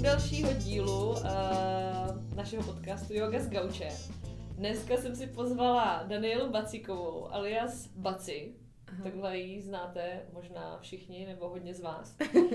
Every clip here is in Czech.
u dalšího dílu našeho podcastu Yoga z gauče. Dneska jsem si pozvala Danielu Bacíkovou, alias Baci. Takhle ji znáte možná všichni, nebo hodně z vás.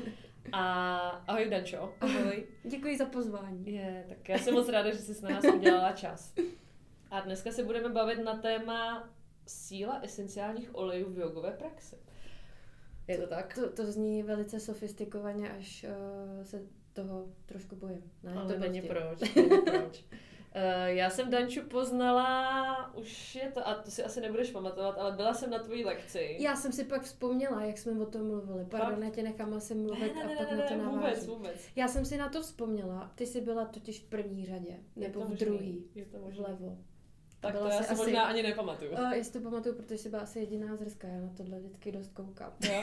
A ahoj Dančo. Ahoj, děkuji za pozvání. Tak já jsem moc ráda, že jsi na nás udělala čas. A dneska se budeme bavit na téma síla esenciálních olejů v jogové praxi. Je to tak? To zní velice sofistikovaně, až se toho trošku bojím. Ne, ale to není proč. Já jsem Danču poznala, už je to, a to si asi nebudeš pamatovat, ale byla jsem na tvojí lekci. Já jsem si pak vzpomněla, jak jsme o tom mluvili. Pardon, já tě nechám asi mluvit a pak na to navážu. Vůbec. Já jsem si na to vzpomněla, ty jsi byla totiž v první řadě, nebo v druhý, vlevo. Tak to já si možná ani nepamatuju. Já si to pamatuju, protože jsi byla asi jediná zrská, já na tohle vždycky dost koukám. Jo.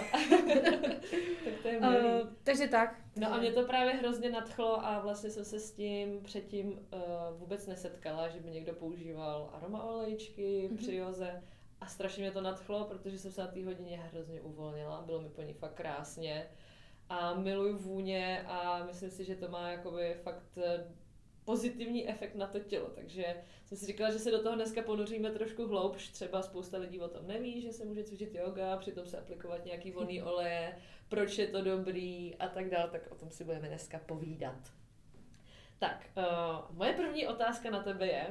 Tak to je milý. Takže tak. No a mě to právě hrozně nadchlo a vlastně jsem se s tím předtím vůbec nesetkala, že by někdo používal aroma olejčky při józe a strašně mě to nadchlo, protože jsem se na té hodině hrozně uvolnila, bylo mi po ní fakt krásně a miluju vůně a myslím si, že to má jakoby fakt pozitivní efekt na to tělo, takže jsem si říkala, že se do toho dneska ponoříme trošku hloubš, třeba spousta lidí o tom neví, že se může cvičit yoga, přitom se aplikovat nějaký volný oleje, proč je to dobrý a tak dále, tak o tom si budeme dneska povídat. Tak, moje první otázka na tebe je,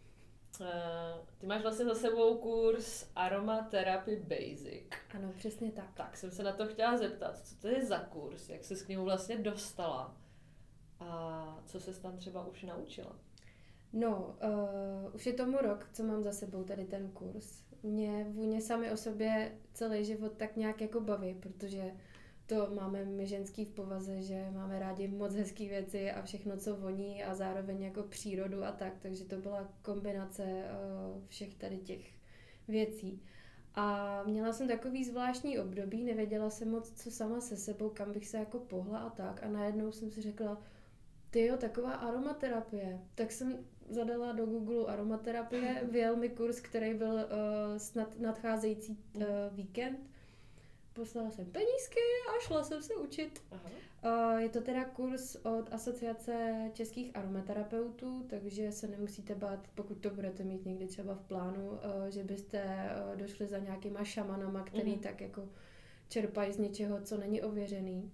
ty máš vlastně za sebou kurz Aromatherapy Basic. Ano, přesně tak. Tak jsem se na to chtěla zeptat, co to je za kurz, jak se k němu vlastně dostala? A co ses tam třeba už naučila? No, už je tomu rok, co mám za sebou tady ten kurz. Mě vůně sami o sobě celý život tak nějak jako baví, protože to máme my ženský v povaze, že máme rádi moc hezký věci a všechno, co voní a zároveň jako přírodu a tak, takže to byla kombinace všech tady těch věcí. A měla jsem takový zvláštní období, nevěděla jsem moc, co sama se sebou, kam bych se jako pohla a tak a najednou jsem si řekla, tyjo, taková aromaterapie. Tak jsem zadala do Google aromaterapie, vyjel mi kurz, který byl snad nadcházející víkend. Poslala jsem penízky a šla jsem se učit. Je to teda kurz od Asociace českých aromaterapeutů, takže se nemusíte bát, pokud to budete mít někdy třeba v plánu, že byste došli za nějakýma šamanama, který tak jako čerpají z něčeho, co není ověřený.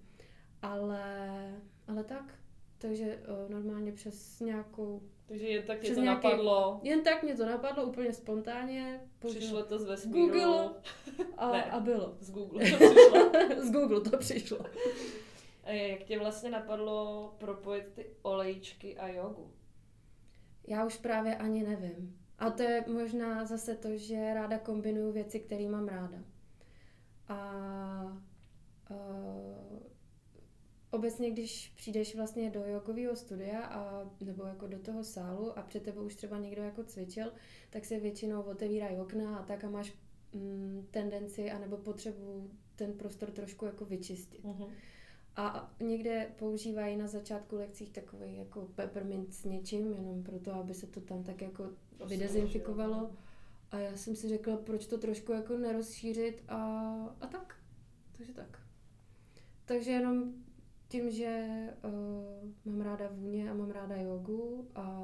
Ale tak. Takže normálně přes nějakou... Takže jen tak tě to napadlo. Jen tak mě to napadlo úplně spontánně. Přišlo to z vesmíru. Google a bylo. Z Google to přišlo. Z Google to přišlo. A jak tě vlastně napadlo propojit ty olejčky a jogu? Já už právě ani nevím. A to je možná zase to, že ráda kombinuju věci, které mám ráda. Obecně, když přijdeš vlastně do jogového studia nebo jako do toho sálu a před tebou už třeba někdo jako cvičil, tak se většinou otevírají okna a tak a máš tendenci anebo potřebu ten prostor trošku jako vyčistit. A někde používají na začátku lekcích takový jako peppermint s něčím, jenom proto, aby se to tam tak jako vydezinfikovalo. A já jsem si řekla, proč to trošku jako nerozšířit a tak. Takže tak. Takže jenom tím, že mám ráda vůně a mám ráda jogu a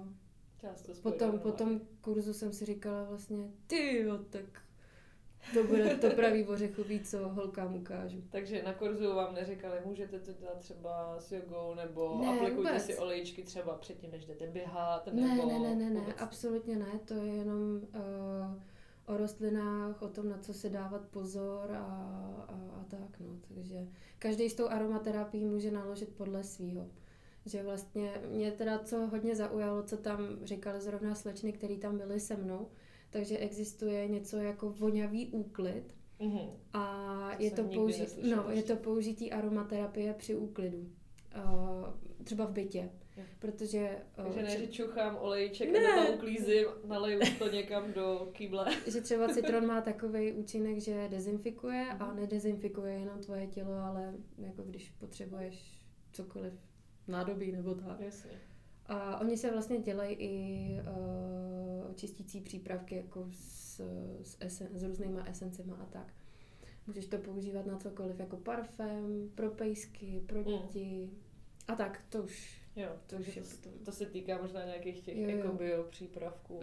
po tom kurzu jsem si říkala vlastně, tyjo, tak to bude to pravý ořechový, co holkám ukážu. Takže na kurzu vám neříkali, můžete to dělat třeba s jogou, nebo aplikujte si olejčky třeba předtím, než jdete běhat, nebo... Ne, absolutně ne, to je jenom o rostlinách, o tom, na co se dávat pozor a tak, no. Takže každý s tou aromaterapií může naložit podle svýho. Že vlastně mě teda co hodně zaujalo, co tam říkali zrovna slečny, který tam byly se mnou, takže existuje něco jako voňavý úklid a je to použití aromaterapie při úklidu. Třeba v bytě. Protože Takže ne, že čuchám olejček a tam uklízím, naleju to někam do kýble. Že třeba citron má takový účinek, že dezinfikuje a nedezinfikuje jenom tvoje tělo, ale jako když potřebuješ cokoliv nádobí nebo tak. Jasně. A oni se vlastně dělají i čistící přípravky jako s různýma esencema a tak. Můžeš to používat na cokoliv, jako parfém, pro pejsky, pro děti A tak, to už. Jo, takže to se týká možná nějakých těch Jo. jako bio přípravků.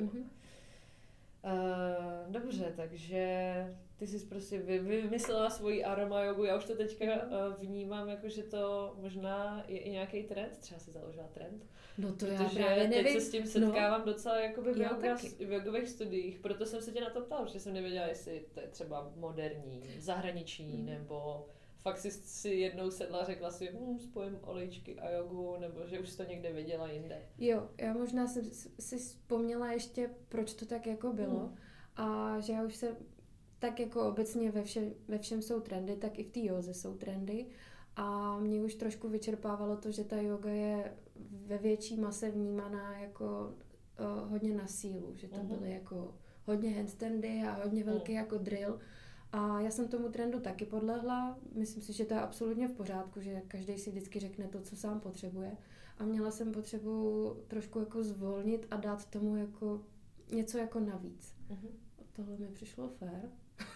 Dobře, takže ty jsi prostě vymyslela svoji aroma jogu, já už to teďka vnímám, jako že to možná je i nějaký trend, třeba si založila trend. No to protože já právě nevím. teď se s tím setkávám docela jakoby v jogových studiích, proto jsem se tě na to ptal, že jsem nevěděla, jestli to je třeba moderní, zahraniční, nebo fakt si jednou sedla a řekla si, spojím olejčky a jogu, nebo že už jsi to někde viděla jinde. Jo, já možná jsem si vzpomněla ještě, proč to tak jako bylo a že já už se tak jako obecně ve všem jsou trendy, tak i v té józe jsou trendy a mě už trošku vyčerpávalo to, že ta jóga je ve větší mase vnímaná jako hodně na sílu, že to byly jako hodně handstandy a hodně velký jako drill. A já jsem tomu trendu taky podlehla, myslím si, že to je absolutně v pořádku, že každý si vždycky řekne to, co sám potřebuje. A měla jsem potřebu trošku jako zvolnit a dát tomu jako něco jako navíc. A tohle mi přišlo fér.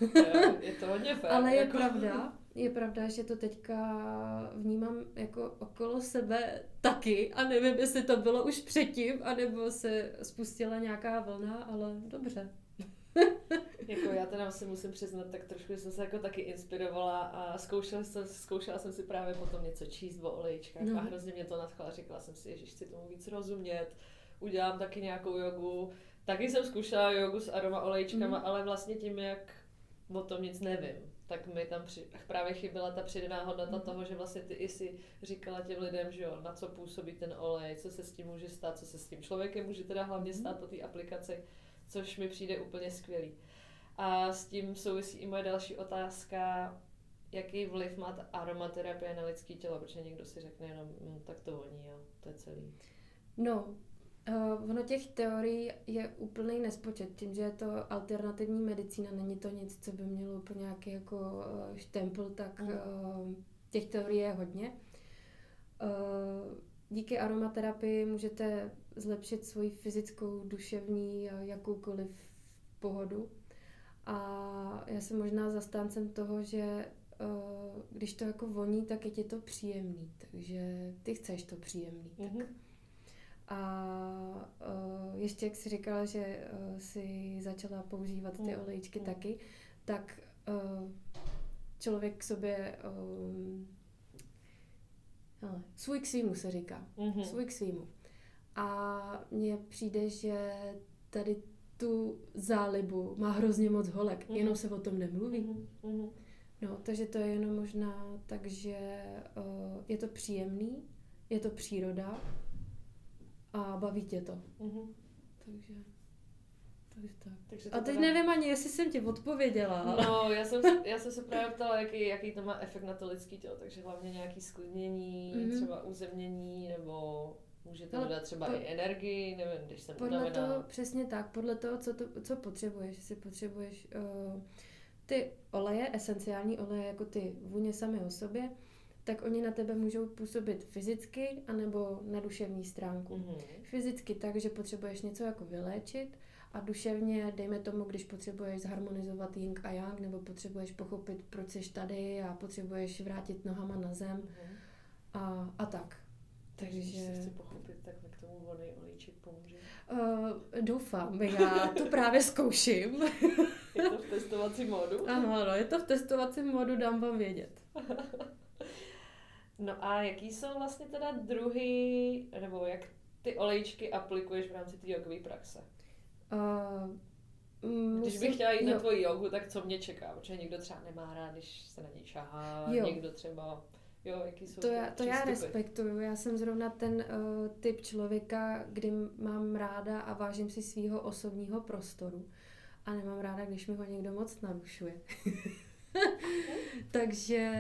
Je to hodně fér. Ale je pravda, že to teďka vnímám jako okolo sebe taky a nevím, jestli to bylo už předtím, anebo se spustila nějaká vlna, ale dobře. Jako já teda si musím přiznat, tak trošku jsem se jako taky inspirovala a zkoušela jsem si právě potom něco číst o olejčkách a hrozně mě to nadchlo. Říkala jsem si, že chci tomu víc rozumět, udělám taky nějakou jogu. Taky jsem zkoušela jogu s aroma olejčkama, ale vlastně tím, jak o tom nic nevím, tak mi tam právě chyběla ta přidaná hodnota toho, že vlastně ty i si říkala těm lidem, že jo, na co působí ten olej, co se s tím může stát, co se s tím člověkem může teda hlavně stát po té aplikaci, což mi přijde úplně skvělý. A s tím souvisí i moje další otázka, jaký vliv má ta aromaterapie na lidské tělo, protože někdo si řekne jenom, tak to voní, jo, to je celý. No, ono těch teorií je úplný nespočet, tím, že je to alternativní medicína, není to nic, co by mělo úplně nějaký jako štempl, tak těch teorií je hodně. Díky aromaterapii můžete zlepšit svoji fyzickou, duševní, jakoukoliv pohodu. A já jsem možná zastáncem toho, že když to jako voní, tak je ti to příjemný, takže ty chceš to příjemný. Tak. A ještě jak jsi říkala, že si začala používat ty olejčky taky, tak člověk k sobě svůj k svýmu se říká. Svůj k svýmu. A mně přijde, že tady tu zálibu má hrozně moc holek, jenom se o tom nemluví. No, takže to je jenom možná tak, že je to příjemný, je to příroda a baví tě to. Takže tak. A teď nevím ani, jestli jsem ti odpověděla. No, já jsem se právě ptala, jaký to má efekt na to lidský tělo, takže hlavně nějaký sklidnění, třeba uzemnění, nebo může to dodat třeba i energii, nevím, když jsem unavená. Podle toho, přesně tak, podle toho, co potřebuješ, jestli potřebuješ ty oleje, esenciální oleje, jako ty vůně samy o sobě, tak oni na tebe můžou působit fyzicky, anebo na duševní stránku. Fyzicky tak, že potřebuješ něco jako vyléčit, a duševně, dejme tomu, když potřebuješ zharmonizovat yin a yang, nebo potřebuješ pochopit, proč jsi tady a potřebuješ vrátit nohama na zem a tak. Takže když se chci pochopit, tak mi k tomu vonej olejček pomůže. Doufám, já to právě zkouším. Je to v testovacím módu? Ano, je to v testovacím módu, dám vám vědět. No a jaký jsou vlastně teda druhy, nebo jak ty olejčky aplikuješ v rámci té jogové praxe? Když bych chtěla jít na tvoji jogu, tak co mě čeká? Protože někdo třeba nemá rád, když se na něj šahá, někdo třeba... Jo, jaký jsou to já respektuju. Já jsem zrovna ten typ člověka, kdy mám ráda a vážím si svýho osobního prostoru. A nemám ráda, když mi ho někdo moc narušuje. Takže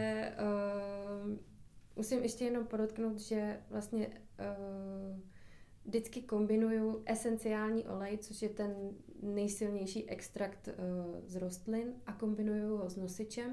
musím ještě jenom podotknout, že vlastně vždycky kombinuju esenciální olej, což je ten nejsilnější extrakt z rostlin, a kombinuju ho s nosičem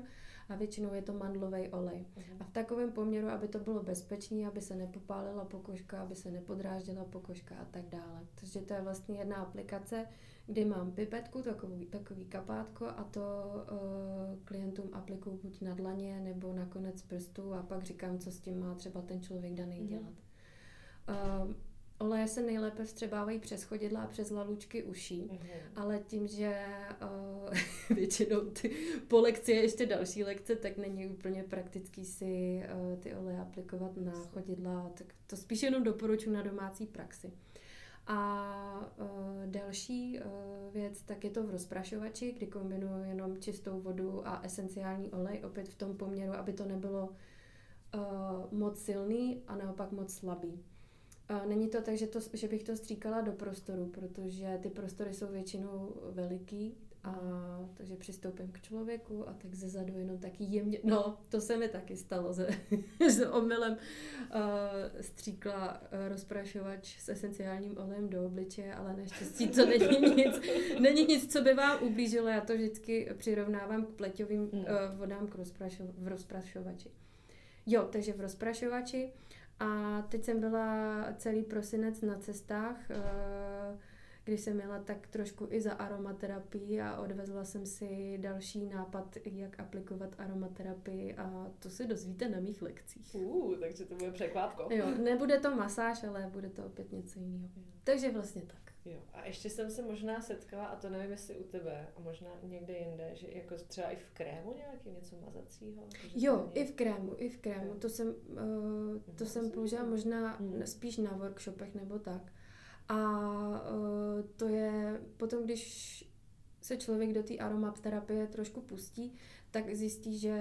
a většinou je to mandlový olej. A v takovém poměru, aby to bylo bezpečné, aby se nepopálila pokožka, aby se nepodráždila pokožka a tak dále. Takže to je vlastně jedna aplikace, kdy mám pipetku, takový kapátko a to klientům aplikuju buď na dlaně nebo na konec prstů a pak říkám, co s tím má třeba ten člověk daný dělat. Oleje se nejlépe vstřebávají přes chodidla a přes lalučky uší, ale tím, že většinou po lekci je ještě další lekce, tak není úplně praktický si ty oleje aplikovat na chodidla, tak to spíš jenom doporučuji na domácí praxi. A další věc, tak je to v rozprašovači, kdy kombinuju jenom čistou vodu a esenciální olej, opět v tom poměru, aby to nebylo moc silný a naopak moc slabý. Není to tak, že bych to stříkala do prostoru, protože ty prostory jsou většinou veliký, takže přistoupím k člověku a tak zezadu jenom taky jemně, no to se mi taky stalo, že omylem stříkla rozprašovač s esenciálním olejem do obličeje, ale naštěstí to není nic, co by vám ublížilo, já to vždycky přirovnávám k pleťovým vodám v rozprašovači. Jo, takže v rozprašovači. A teď jsem byla celý prosinec na cestách, když jsem měla tak trošku i za aromaterapii a odvezla jsem si další nápad, jak aplikovat aromaterapii a to se dozvíte na mých lekcích. Takže to bude překvápko. Jo, nebude to masáž, ale bude to opět něco jiného. Takže vlastně tak. Jo. A ještě jsem se možná setkala, a to nevím, jestli u tebe, a možná někde jinde, že jako třeba i v krému nějaký něco mazacího? Jo, i v krému. Jo. To jsem použila možná spíš na workshopech nebo tak. A to je potom, když se člověk do té aromaterapie trošku pustí, tak zjistí, že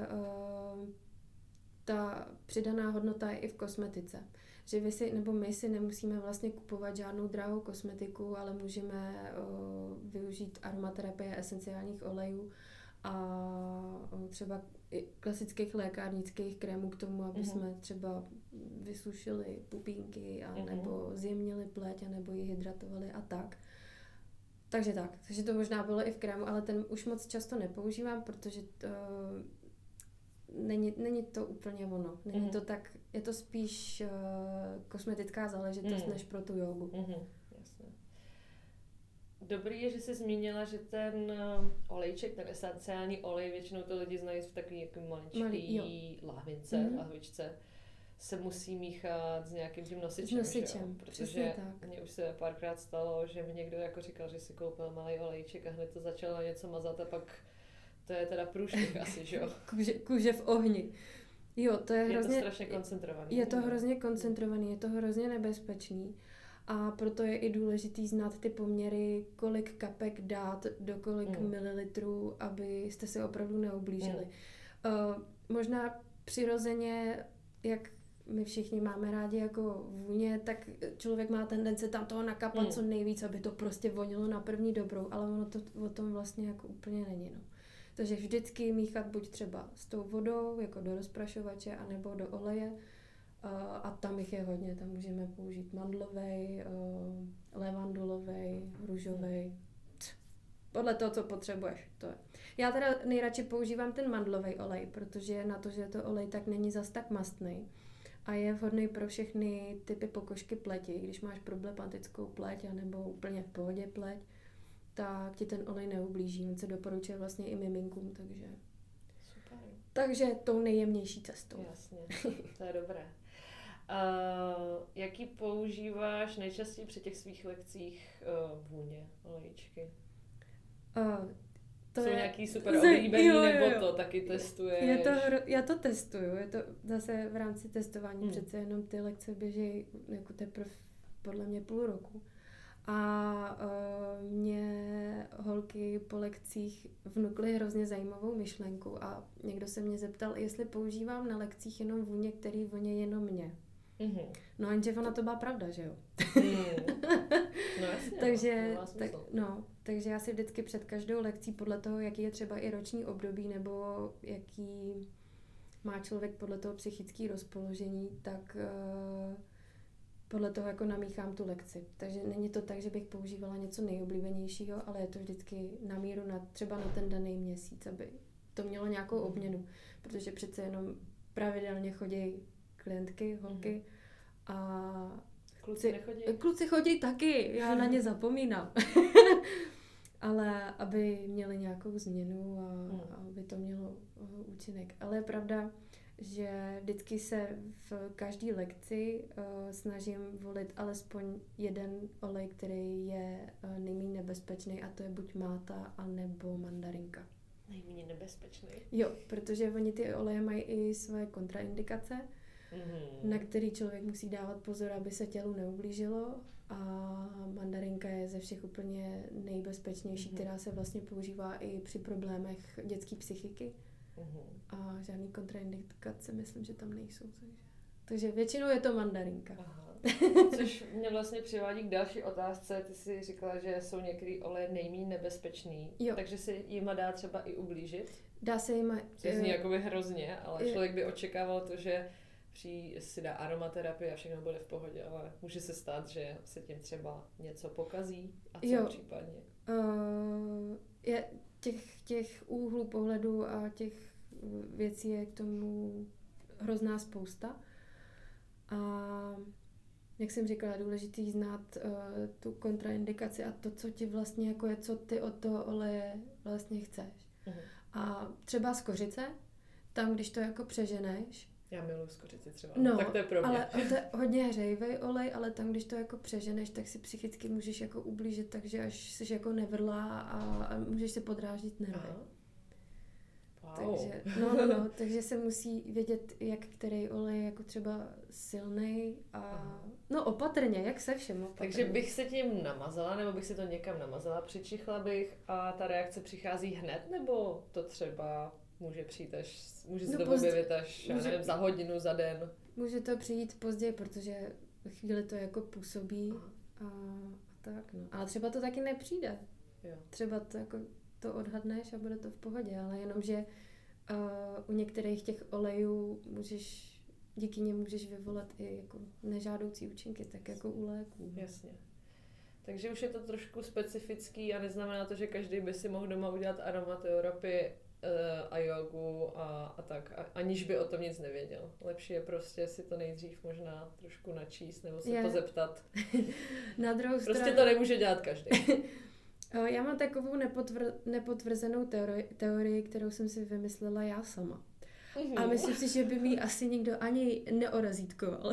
ta přidaná hodnota je i v kosmetice. Že my si nemusíme vlastně kupovat žádnou drahou kosmetiku, ale můžeme využít aromaterapie esenciálních olejů a třeba i klasických lékárnických krémů k tomu, aby jsme třeba vysušili pupínky a nebo zjemnili pleť a nebo ji hydratovali a tak. Takže to možná bylo i v krému, ale ten už moc často nepoužívám, protože není to úplně ono. Není to tak, je to spíš kosmetická záležitost než pro tu jógu. Jasně. Dobrý je, že jsi zmínila, že ten olejček, ten esenciální olej, většinou to lidi znají v takový jako maličký lahvičce, se musí míchat s nějakým tím nosičem. Protože mně už se párkrát stalo, že mi někdo jako říkal, že si koupil malý olejček a hned to začalo na něco mazat a pak to je teda průšvih asi, že jo? Kůže v ohni. Jo, to je hrozně... Je to strašně koncentrovaný. Je to hrozně koncentrovaný, je to hrozně nebezpečný. A proto je i důležitý znát ty poměry, kolik kapek dát do kolik mililitrů, abyste si opravdu neublížili. Možná přirozeně, jak my všichni máme rádi jako vůně, tak člověk má tendenci tam toho nakapat co nejvíc, aby to prostě vonilo na první dobrou, ale ono to o tom vlastně jako úplně není. No. Takže vždycky míchat buď třeba s tou vodou, jako do rozprašovače, anebo do oleje. A tam jich je hodně, tam můžeme použít mandlovej, levandulovej, růžovej, podle toho, co potřebuješ. To je. Já teda nejradši používám ten mandlovej olej, protože na to, že je to olej, tak není zas tak mastný a je vhodný pro všechny typy pokožky pleti. Když máš problematickou pleť anebo úplně v pohodě pleť, tak ti ten olej neublíží. On se doporučuje vlastně i miminkům, takže... Super. Takže tou nejjemnější cestou. Jasně, to je dobré. Jaký používáš nejčastěji při těch svých lekcích vůně, olejčky? Jsou nějaký super oblíbený, nebo to taky testuješ? Já to testuju, je to zase v rámci testování, přece jenom ty lekce běží jako teprve podle mě půl roku. A mě holky po lekcích vnukly hrozně zajímavou myšlenku a někdo se mě zeptal, jestli používám na lekcích jenom vůně, který voní jenom mě. No jenže ona to byla pravda, že jo? No jasně, takže já si vždycky před každou lekcí podle toho, jaký je třeba i roční období nebo jaký má člověk podle toho psychické rozpoložení, tak podle toho jako namíchám tu lekci. Takže není to tak, že bych používala něco nejoblíbenějšího, ale je to vždycky na míru třeba na ten daný měsíc, aby to mělo nějakou obměnu, protože přece jenom pravidelně chodí klientky, holky a Kluci nechodí? Kluci chodí taky, já na ně zapomínám. Ale aby měli nějakou změnu a aby to mělo účinek. Ale je pravda, že vždycky se v každé lekci snažím volit alespoň jeden olej, který je nejméně nebezpečný, a to je buď máta, anebo mandarinka. Nejméně nebezpečný? Jo, protože oni ty oleje mají i své kontraindikace, na který člověk musí dávat pozor, aby se tělu neublížilo, a mandarinka je ze všech úplně nejbezpečnější, která se vlastně používá i při problémech dětské psychiky. A žádný kontraindikace myslím, že tam nejsou. Takže většinou je to mandarinka. Aha. Což mě vlastně přivádí k další otázce. Ty jsi říkala, že jsou některé oleje nejméně nebezpečný, takže se jima dá třeba i ublížit? Dá se jima... To zní jakoby hrozně, ale člověk by očekával to, že si dá aromaterapii a všechno bude v pohodě, ale může se stát, že se tím třeba něco pokazí a co případně? Těch úhlů pohledu a těch věcí je k tomu hrozná spousta. A jak jsem říkala, je důležitý znát tu kontraindikaci a to, co ti vlastně jako je, co ty od toho oleje vlastně chceš. A třeba z kořice, tam, když to jako přeženeš. Já miluji skořici třeba, no, tak to je pro mě. Ale to je hodně hřejivý olej, ale tam, když to jako přeženeš, tak si psychicky můžeš jako ublížit, takže až jsi jako nevrlá a můžeš se podráždit nervy. Wow. Takže, takže se musí vědět, jak který olej je jako třeba silnej a opatrně, jak se všem opatrně. Takže bych se tím namazala, nebo bych si to někam namazala, přičichla bych a ta reakce přichází hned, nebo to třeba může přijít může se to objevit až nevím, za hodinu, za den? Může to přijít později, protože chvíli to jako působí a tak, no. Ale třeba to taky nepřijde. Jo. Třeba to jako to odhadneš a bude to v pohodě, ale jenomže u některých těch olejů díky nim můžeš vyvolat i jako nežádoucí účinky, tak jako u léků. Jasně. Takže už je to trošku specifický a neznamená to, že každý by si mohl doma udělat aromaterapii a jogu a tak, aniž by o tom nic nevěděl. Lepší je prostě si to nejdřív možná trošku načíst nebo se pozeptat. Na druhou stranu... Prostě to nemůže dělat každý. Já mám takovou nepotvrzenou teorii, kterou jsem si vymyslela já sama. A myslím si, že by mi asi nikdo ani neorazítkoval.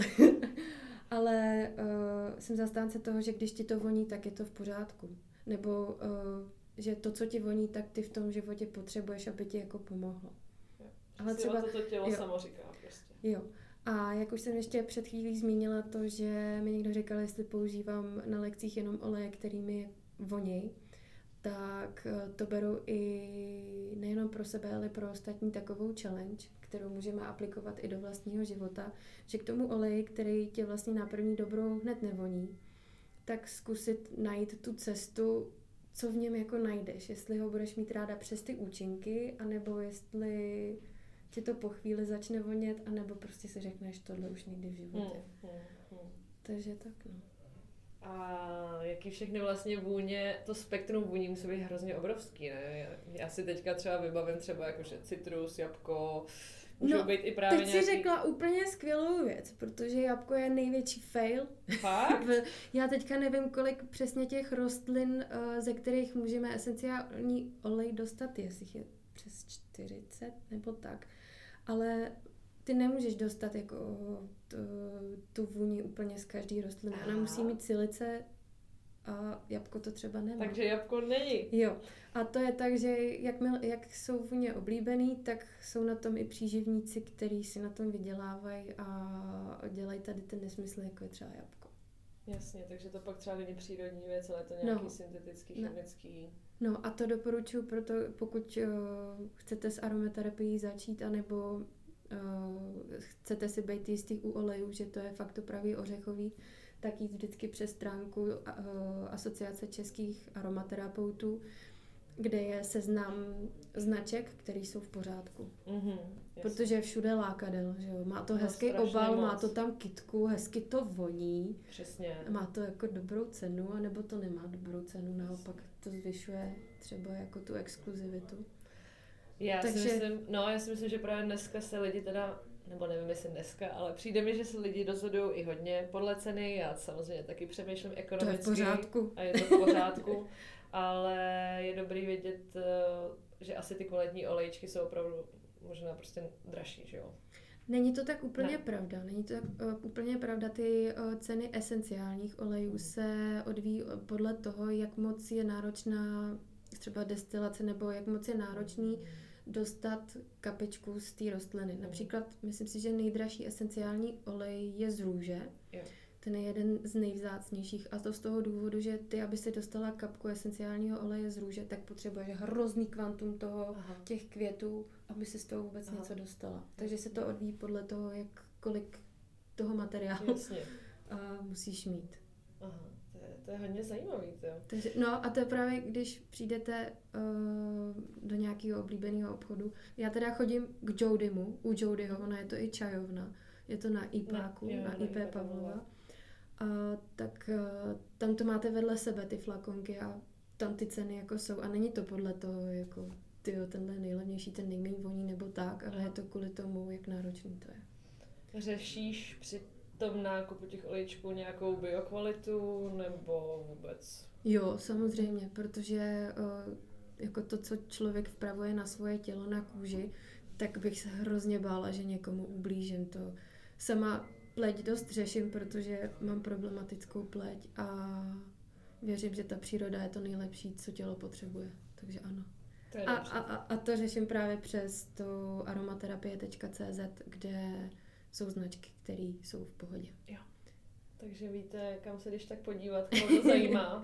Ale jsem zastánce toho, že když ti to voní, tak je to v pořádku. Nebo že to, co ti voní, tak ty v tom životě potřebuješ, aby ti jako pomohlo. Ale třeba to tělo samo říká prostě. Jo. A jak už jsem ještě před chvílí zmínila to, že mi někdo říkal, jestli používám na lekcích jenom oleje, kterými voněj, tak to beru i nejenom pro sebe, ale pro ostatní takovou challenge, kterou můžeme aplikovat i do vlastního života, že k tomu oleji, který tě vlastně na první dobrou hned nevoní, tak zkusit najít tu cestu, co v něm jako najdeš. Jestli ho budeš mít ráda přes ty účinky, anebo jestli ti to po chvíli začne vonět, anebo prostě si řekneš, tohle už nikdy v životě. Takže tak, no. A jaký všechny vlastně vůně, to spektrum vůní musí být hrozně obrovský, ne? Já si teďka třeba vybavím třeba jakože citrus, jabko, můžou být i právě teď si řekla úplně skvělou věc, protože jabko je největší fail. Fakt? Já teďka nevím, kolik přesně těch rostlin, ze kterých můžeme esenciální olej dostat, jestli je přes 40 nebo tak, ale ty nemůžeš dostat jako tu vůni úplně z každý rostliny. Ona musí mít silice a jabko to třeba nemá. Takže jabko není. Jo. A to je tak, že jak jsou vůně oblíbený, tak jsou na tom i příživníci, kteří si na tom vydělávají a dělají tady ten nesmysl, jako je třeba jabko. Jasně, takže to pak třeba není přírodní věc, ale je to nějaký syntetický, chemický. No a to doporučuji proto, pokud chcete s aromaterapií začít, anebo chcete si být jistý u olejů, že to je fakt opravdu ořechový, tak jít vždycky přes stránku Asociace českých aromaterapeutů, kde je seznam značek, které jsou v pořádku. Protože všude lákadel, že jo. Má to hezký obal, má to tam kytku, hezky to voní. Přesně. Má to jako dobrou cenu, anebo to nemá dobrou cenu, naopak to zvyšuje třeba jako tu exkluzivitu. Já si myslím, že právě dneska se lidi teda, nebo nevím jestli dneska, ale přijde mi, že se lidi rozhodují i hodně podle ceny. Já samozřejmě taky přemýšlím ekonomicky. To je v pořádku. A je to v pořádku, ale je dobrý vědět, že asi ty kvalitní olejčky jsou opravdu možná prostě dražší, že jo? Není to tak úplně pravda. Není to tak úplně pravda. Ty ceny esenciálních olejů se odvíjí podle toho, jak moc je náročná třeba destilace, nebo jak moc je náročný dostat kapičku z té rostliny. Například, myslím si, že nejdražší esenciální olej je z růže. Jo. Ten je jeden z nejvzácnějších a to z toho důvodu, že ty, aby si dostala kapku esenciálního oleje z růže, tak potřebuješ hrozný kvantum těch květů, aby si z toho vůbec něco dostala. Takže se to odvíjí podle toho, kolik toho materiálu musíš mít. Aha, to je hodně zajímavý, to. Takže, no a to je právě, když přijdete do nějakého oblíbeného obchodu. Já teda chodím k Jodymu, u Jodyho, ona je to i čajovna, je to na IPáku, na IP Pavlova. Tak tam to máte vedle sebe, ty flakonky a tam ty ceny jako jsou a není to podle toho, jako tenhle je nejlevnější, ten nejméně voní nebo tak, ale je to kvůli tomu, jak náročný to je. Řešíš při tom nákupu těch olejčků nějakou biokvalitu nebo vůbec? Jo, samozřejmě, protože jako to, co člověk vpravuje na svoje tělo, na kůži, tak bych se hrozně bála, že někomu ublížím to. Sama pleť dost řeším, protože mám problematickou pleť a věřím, že ta příroda je to nejlepší, co tělo potřebuje. Takže ano. A to řeším právě přes to aromaterapie.cz, kde jsou značky, které jsou v pohodě. Jo. Takže víte, kam se když tak podívat, koho to zajímá.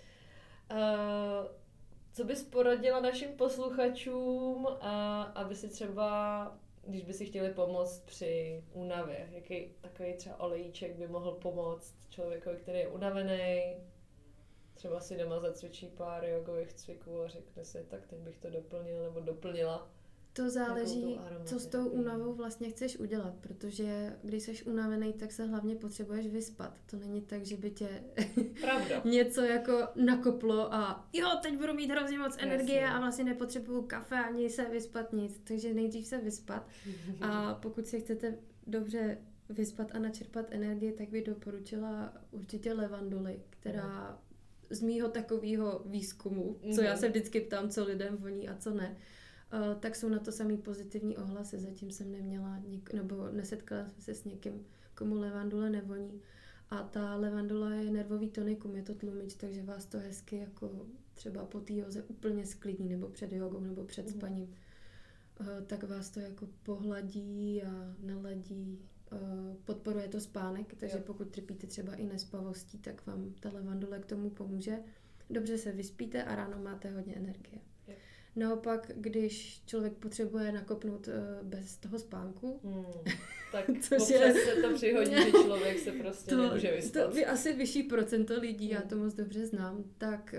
Co bys poradila našim posluchačům, aby si třeba, když by si chtěli pomoct při únavě, jaký takový třeba olejíček by mohl pomoct člověkovi, který je unavený, třeba si doma zacvičí pár jogových cviků a řekne si, tak teď bych to doplnil nebo doplnila. To záleží, co s tou únavou vlastně chceš udělat, protože když jsi unavený, tak se hlavně potřebuješ vyspat. To není tak, že by tě něco jako nakoplo a jo, teď budu mít hrozně moc energie a vlastně nepotřebuju kafe ani se vyspat nic. Takže nejdřív se vyspat a pokud si chcete dobře vyspat a načerpat energii, tak bych doporučila určitě levanduli, která z mýho takového výzkumu, co já se vždycky ptám, co lidem voní a co ne, tak jsou na to samý pozitivní ohlasy. Zatím jsem neměla, nebo nesetkala jsem se s někým, komu levandule nevoní. A ta levandula je nervový tonikum, je to tlumič, takže vás to hezky jako třeba po té józe úplně sklidní, nebo před jogou, nebo před spaním. Tak vás to jako pohladí a naladí. Podporuje to spánek, takže pokud trpíte třeba i nespavostí, tak vám ta levandule k tomu pomůže. Dobře se vyspíte a ráno máte hodně energie. Naopak, když člověk potřebuje nakopnout bez toho spánku, tak občas se to přihodí, že člověk se prostě nemůže vyspat. To je asi vyšší procento lidí, já to moc dobře znám, tak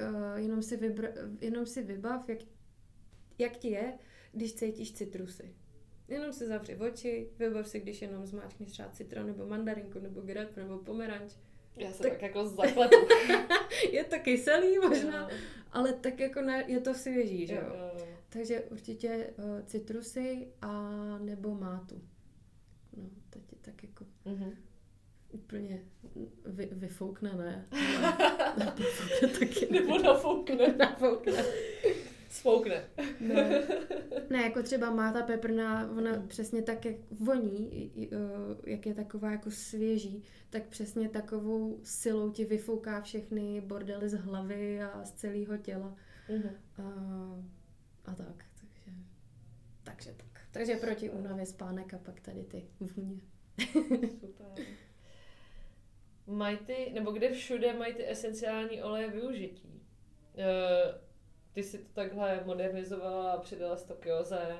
jenom si vybav, jak ti je, když cítíš citrusy. Jenom si zavři oči, vybav si, když jenom zmáčkneš třeba citron, nebo mandarinku, nebo grape, nebo pomeranč. Já se tak jako zaklepu. Je to kyselý možná, ale tak jako je to svěží, že jo? Takže určitě citrusy a nebo mátu. No, teď je tak jako úplně vyfoukne, ne? Nafoukne taky. Nebo nafoukne. Sfoukne. Ne, jako třeba máta peprná, ona přesně tak, jak voní, jak je taková jako svěží, tak přesně takovou silou ti vyfouká všechny bordely z hlavy a z celého těla. A tak, takže tak. Takže proti únavě spánek a pak tady ty vůně. Super. Nebo kde všude mají ty esenciální oleje využití? Ty si to takhle modernizovala a přidala z Tokioze.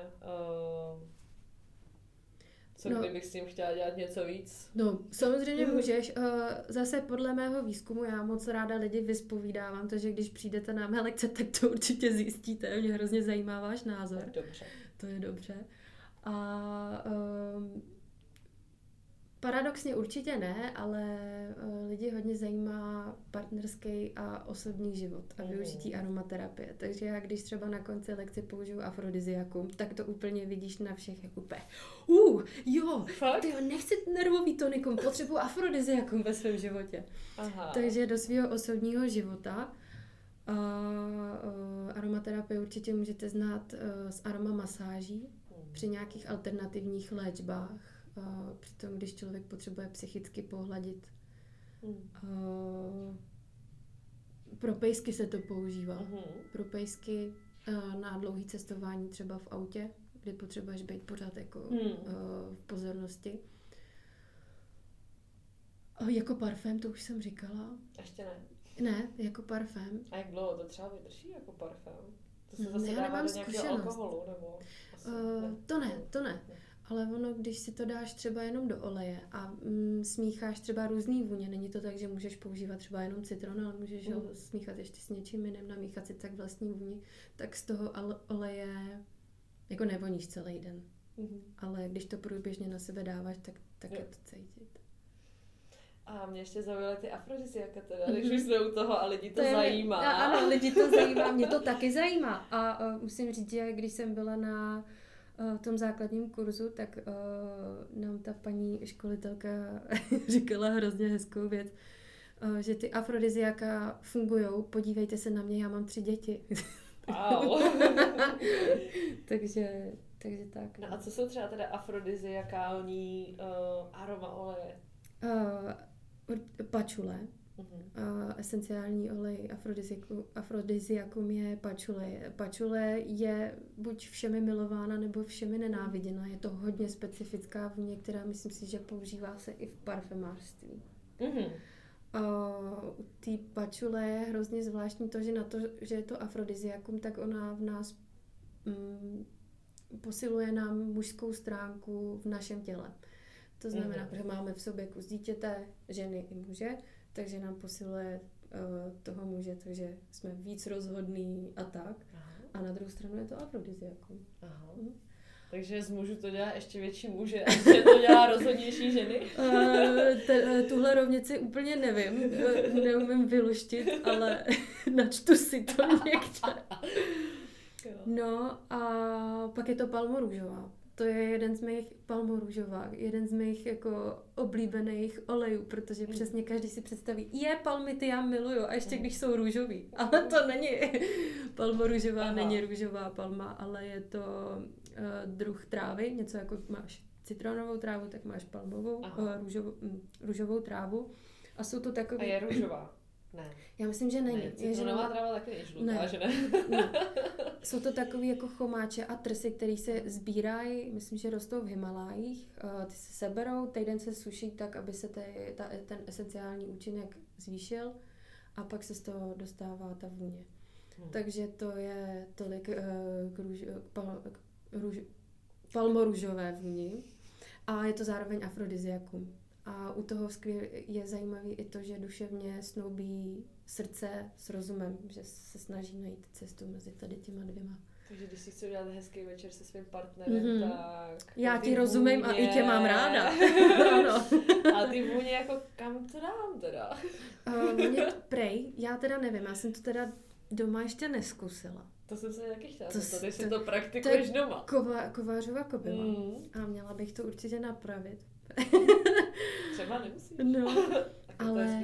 Kdybych s tím chtěla dělat něco víc? No, samozřejmě můžeš. Zase podle mého výzkumu já moc ráda lidi vyspovídávám, takže když přijdete na mé lekce, tak to určitě zjistíte. Mě hrozně zajímá váš názor. Dobře. To je dobře. A Paradoxně určitě ne, ale lidi hodně zajímá partnerský a osobní život a využití aromaterapie. Takže já když třeba na konci lekce použiju afrodiziakum, tak to úplně vidíš na všech jako jo, tyjo, nechci nervový tonikum, potřebuji afrodiziakum ve svém životě. Aha. Takže do svého osobního života aromaterapii určitě můžete znát z aromamasáží při nějakých alternativních léčbách. Přitom, když člověk potřebuje psychicky pohladit. Pro pejsky se to používá. Pro pejsky na dlouhé cestování třeba v autě, kdy potřebuješ být pořád jako v pozornosti. Jako parfém, to už jsem říkala. Ještě ne. Ne, jako parfém. A jak dlouho to třeba vydrží jako parfém? To se zase dává do nějakého alkoholu, nebo? To ne. Ale ono, když si to dáš třeba jenom do oleje a smícháš třeba různý vůně, není to tak, že můžeš používat třeba jenom citron, ale můžeš ho smíchat ještě s něčím jiným, namíchat si tak vlastní vůni, tak z toho oleje jako nevoníš celý den. Ale když to průběžně na sebe dáváš, tak je to cítit. A mě ještě zaujaly ty afrodiziaka teda, když už jsme u toho a lidi to zajímá. Ano, lidi to zajímá, mě to taky zajímá. A musím říct, že když jsem byla na tom základním kurzu, tak nám ta paní školitelka říkala hrozně hezkou věc, že ty afrodiziaka fungujou, podívejte se na mě, já mám 3 děti. Wow. takže tak. No a co jsou třeba teda afrodiziakální aroma oleje? Pačule. Esenciální olej afrodiziakum je pačule. Pačule je buď všemi milována, nebo všemi nenáviděna. Je to hodně specifická vůně, která myslím si, že používá se i v parfumářství. U té pačule je hrozně zvláštní to, že je to afrodiziakum, tak ona v nás posiluje nám mužskou stránku v našem těle. To znamená, že máme v sobě kus dítěte, ženy i muže, takže nám posiluje toho muže, takže jsme víc rozhodný a tak. Aha. A na druhou stranu je to afrodiziakum. Takže z mužů to dělá ještě větší muže a že to dělá rozhodnější ženy? Tuhle rovnici úplně nevím, neumím vyluštit, ale načtu si to někde. No a pak je to palmorůžová. To je jeden z mých jako oblíbených olejů, protože přesně každý si představí, palmy ty já miluju, a ještě když jsou růžový. Ale to není palmorůžová, není růžová palma, ale je to druh trávy, něco jako máš citronovou trávu, tak máš palmovou, růžovou trávu. A jsou to takové... A je růžová? Ne. Já myslím, že není. Citronová tráva taky není žlutá, že ne? Jsou to takový jako chomáče a trsy, které se sbírají, myslím, že rostou v Himalájích. Ty se seberou, týden se suší tak, aby se ten esenciální účinek zvýšil a pak se z toho dostává ta vůně. Takže to je tolik palmorůžové vůni a je to zároveň afrodiziakum. A u toho je zajímavý i to, že duševně snoubí srdce s rozumem, že se snaží najít cestu mezi tady těma dvěma. Takže když si chci udělat hezký večer se svým partnerem, tak... Já ti rozumím a i tě mám ráda. Ano. A ty vůně jako kam to dám teda? Já teda nevím, já jsem to teda doma ještě neskusila. To jsem se taky chtěla, tady si to praktikuješ doma. Kovářova kobyla. A měla bych to určitě napravit. Třeba nemusíš. No, ale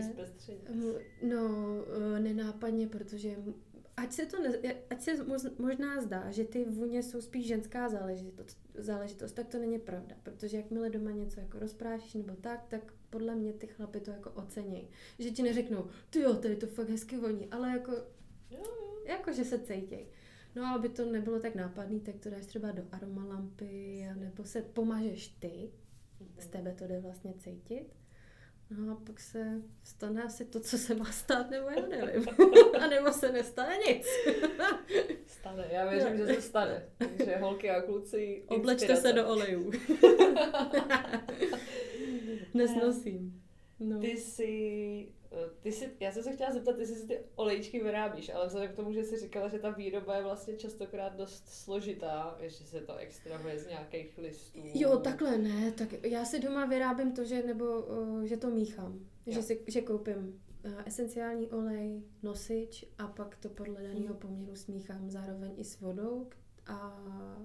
nenápadně, protože ať se možná zdá, že ty vůně jsou spíš ženská záležitost, tak to není pravda, protože jakmile doma něco jako rozprášíš nebo tak podle mě ty chlapy to jako ocenějí. Že ti neřeknou, tyjo, tady to fakt hezky voní, ale jako že se cítěj. No a aby to nebylo tak nápadný, tak to dáš třeba do aromalampy, nebo se pomažeš ty. Z tebe to jde vlastně cítit. No a pak se stane asi to, co se má stát, nebo já nevím. A nebo se nestane nic. Stane, já věřím, že se stane. Takže holky a kluci, oblečte se do olejů. Nesnosím. No. Ty jsi, já jsem se chtěla zeptat, jestli si ty olejčky vyrábíš, ale vzhledem k tomu, že jsi říkala, že ta výroba je vlastně častokrát dost složitá, že se to extrahuje z nějakých listů. Jo, takhle ne, tak já si doma vyrábím to, že to míchám, že koupím esenciální olej, nosič a pak to podle daného poměru smíchám zároveň i s vodou a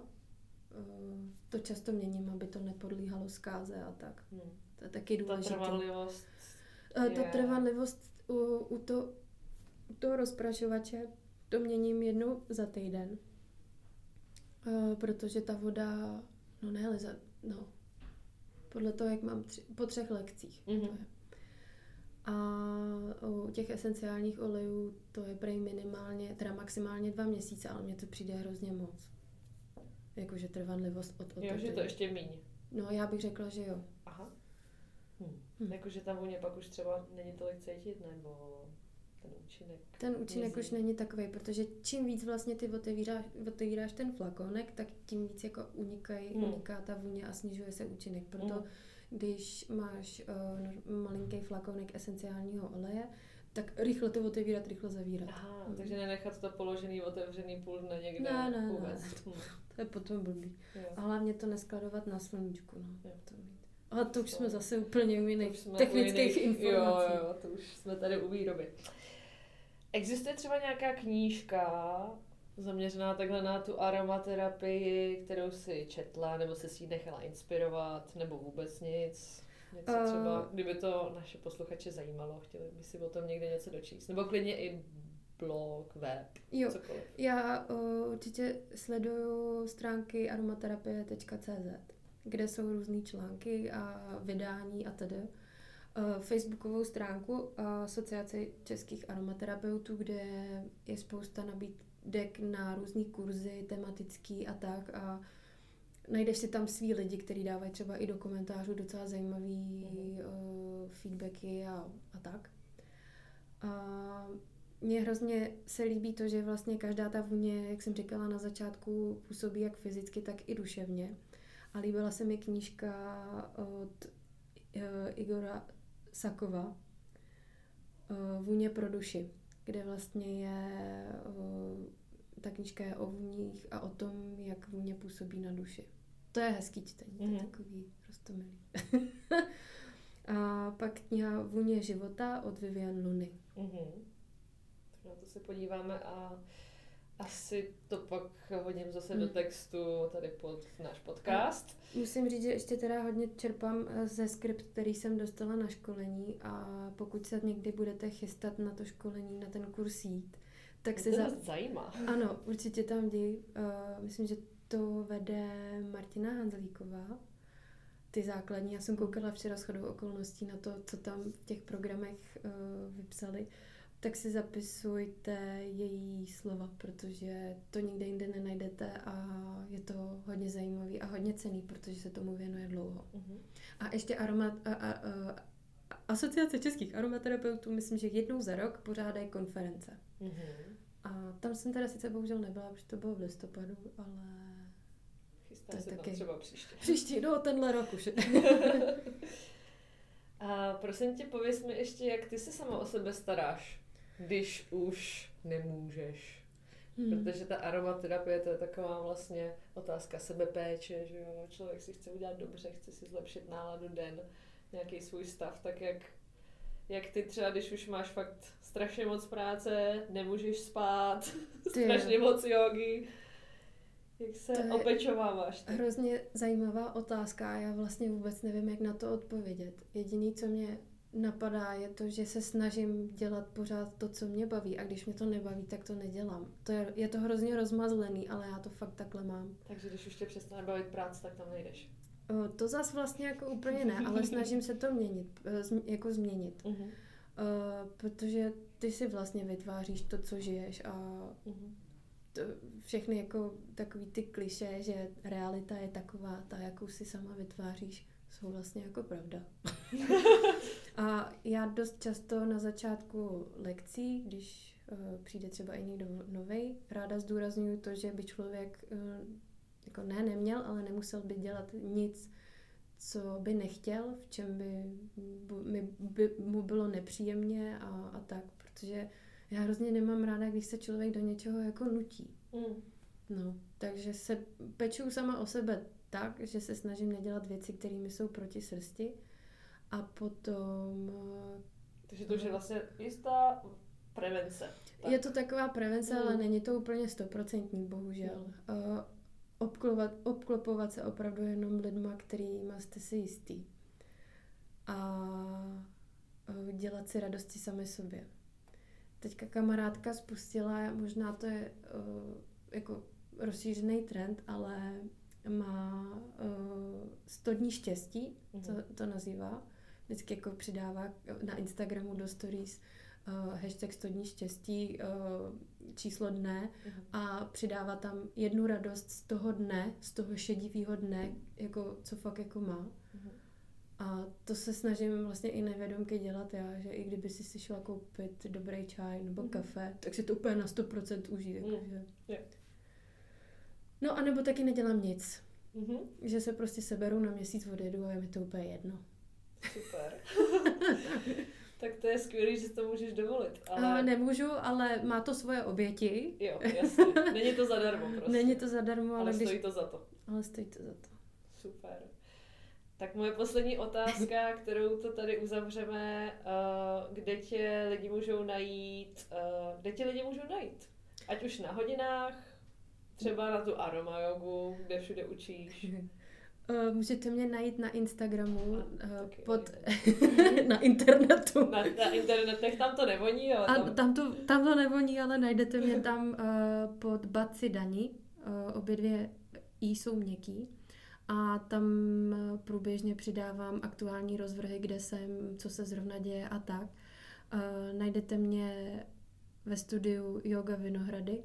to často měním, aby to nepodlíhalo zkáze a tak. To je taky důležité. Ta trvanlivost u toho rozprašovače to měním jednou za týden. Protože ta voda, podle toho, jak mám po 3 lekcích. To je. A u těch esenciálních olejů to je prej minimálně, teda maximálně 2 měsíce, ale mně to přijde hrozně moc. Jakože trvanlivost od Jo, že to ještě míň. No, já bych řekla, že jo. Aha. Jakože ta vůně pak už třeba není tolik cítit, nebo ten účinek? Ten účinek už není takovej, protože čím víc vlastně ty otevíráš ten flakonek, tak tím víc jako uniká ta vůně a snižuje se účinek. Proto když máš malinký flakonek esenciálního oleje, tak rychle to otevírat, rychle zavírat. Aha, takže nenechat to položený, otevřený půl dne někde vůbec. Ne. To je potom blbý. Jo. A hlavně to neskladovat na sluníčku. No. Jo. Ale to už jsme zase úplně u jiných technických informací. Jo, to už jsme tady u výroby. Existuje třeba nějaká knížka zaměřená takhle na tu aromaterapii, kterou si četla, nebo se si ji nechala inspirovat, nebo vůbec nic? Něco třeba, kdyby to naše posluchače zajímalo, chtěli by si o tom někde něco dočíst. Nebo klidně i blog, web, cokoliv. Já určitě sleduju stránky aromaterapie.cz, kde jsou různý články a vydání a tedy. Facebookovou stránku Asociace českých aromaterapeutů, kde je spousta nabídek na různý kurzy tematický a tak a najdeš si tam svý lidi, kteří dávají třeba i do komentářů docela zajímavý feedbacky a tak. A mně hrozně se líbí to, že vlastně každá ta vůně, jak jsem říkala na začátku, působí jak fyzicky, tak i duševně. A líbila se mi knížka od Igora Sakova Vůně pro duši, kde vlastně je ta knížka je o vůních a o tom, jak vůně působí na duši. To je hezký čtení, to je takový roztomilý. A pak kniha Vůně života od Vivian Luny. Na to se podíváme a asi to pak hodím zase do textu tady pod náš podcast. Musím říct, že ještě teda hodně čerpám ze skript, který jsem dostala na školení a pokud se někdy budete chystat na to školení, na ten kurz jít, tak se zajímá. Ano, určitě tam jdi. Myslím, že to vede Martina Hanzlíková. Ty základní. Já jsem koukala včera shodou okolností na to, co tam v těch programech vypsali. Tak si zapisujte její slova, protože to nikde jinde nenajdete a je to hodně zajímavý a hodně cenný, protože se tomu věnuje dlouho. A ještě Asociace českých aromaterapeutů, myslím, že jednou za rok pořádají konference. A tam jsem teda sice bohužel nebyla, protože to bylo v listopadu, ale chystám se taky třeba příště. Příští, tenhle rok už. A prosím tě, pověz mi ještě, jak ty se sama o sebe staráš, když už nemůžeš. Protože ta aromaterapie, to je taková vlastně otázka sebepéče, že jo, člověk si chce udělat dobře, chce si zlepšit náladu den, nějaký svůj stav, tak jak ty třeba, když už máš fakt strašně moc práce, nemůžeš spát, strašně moc jogy, jak se opečováváš? Hrozně zajímavá otázka a já vlastně vůbec nevím, jak na to odpovědět. Jediný, co mě napadá, je to, že se snažím dělat pořád to, co mě baví a když mě to nebaví, tak to nedělám. Je to hrozně rozmazlený, ale já to fakt takhle mám. Takže když už tě přestane bavit práce, tak tam nejdeš? To zas vlastně jako úplně ne, ale snažím se to změnit. Protože ty si vlastně vytváříš to, co žiješ a to všechny jako takový ty klišé, že realita je taková, ta, jakou si sama vytváříš, jsou vlastně jako pravda. A já dost často na začátku lekcí, když přijde třeba i někdo novej, ráda zdůrazňuji to, že by člověk jako neměl, ale nemusel by dělat nic, co by nechtěl, v čem by mu bylo nepříjemně a tak, protože já hrozně nemám ráda, když se člověk do něčeho jako nutí. No, takže se pečuju sama o sebe tak, že se snažím nedělat věci, které mi jsou proti srsti a potom... Takže to už je vlastně jistá prevence. Tak. Je to taková prevence, ale není to úplně 100%, bohužel. Obklopovat se opravdu jenom lidma, kterýma jste si jistý. A dělat si radosti sami sobě. Teďka kamarádka spustila, možná to je jako rozšířený trend, ale má 100 dní štěstí, to nazývá. Vždycky jako přidává na Instagramu do stories hashtag 100 dní štěstí, číslo dne a přidává tam jednu radost z toho dne, z toho šedivého dne, jako, co fakt jako má. A to se snažím vlastně i nevědomky dělat já, že i kdyby si šla koupit dobrý čaj nebo kafe, tak si to úplně na 100% užít. No a nebo taky nedělám nic. Že se prostě seberu na měsíc, odjedu a je mi to úplně jedno. Super. Tak to je skvělý, že si to můžeš dovolit. Ale... Nemůžu, ale má to svoje oběti. Jo, jasně. Není to zadarmo prostě. Není to zadarmo, ale stojí to za to. Ale stojí to za to. Super. Tak moje poslední otázka, kterou to tady uzavřeme, kde tě lidi můžou najít? Ať už na hodinách, třeba na tu aroma jogu, kde všude učíš. Můžete mě najít na Instagramu, na internetu. Na internetech tam to nevoní, ale tam to nevoní, ale najdete mě tam pod Baci Dani. Obě dvě i jsou měkký. A tam průběžně přidávám aktuální rozvrhy, kde jsem, co se zrovna děje a tak. Najdete mě ve studiu Yoga Vinohrady,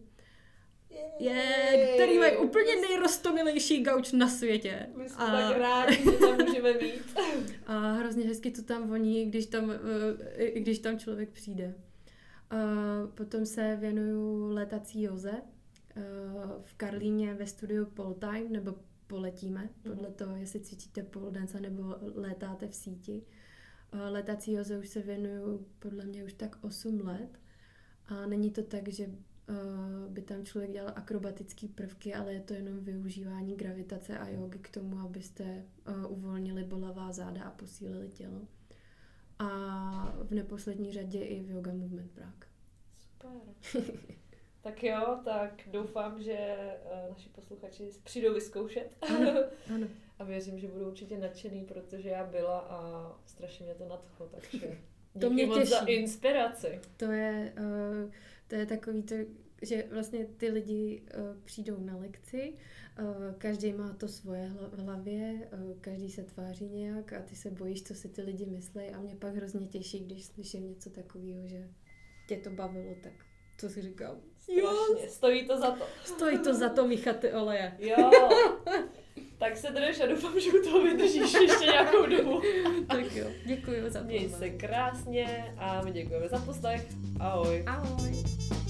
který mají úplně nejroztomilejší gauč na světě. My jsme tak rádi, že tam můžeme mít. A hrozně hezky to tam voní, když tam člověk přijde. Potom se věnuju létací józe v Karlíně ve studiu Poltime, nebo Poletíme, podle toho, jestli cvičíte pole dance nebo létáte v síti. Létací józe už se věnuju podle mě už tak 8 let. A není to tak, že by tam člověk dělal akrobatické prvky, ale je to jenom využívání gravitace a jógy k tomu, abyste uvolnili bolavá záda a posílili tělo. A v neposlední řadě i v Yoga Movement Prague. Super. Tak jo, tak doufám, že naši posluchači přijdou vyzkoušet. Ano. A věřím, že budou určitě nadšený, protože já byla a strašně mě to nadchlo, takže to díky moc za inspiraci. To je takový to, že vlastně ty lidi přijdou na lekci, každý má to svoje v hlavě, každý se tváří nějak a ty se bojíš, co si ty lidi myslí a mě pak hrozně těší, když slyším něco takového, že tě to bavilo, tak co si říkám? Strašně, stojí to za to. Stojí to za to, Micha, ty oleje. Jo, tak se drž a doufám, že u toho vydržíš ještě nějakou dobu. Tak jo, děkuji za pozvání. Měj se krásně a my děkujeme za poslech. Ahoj. Ahoj.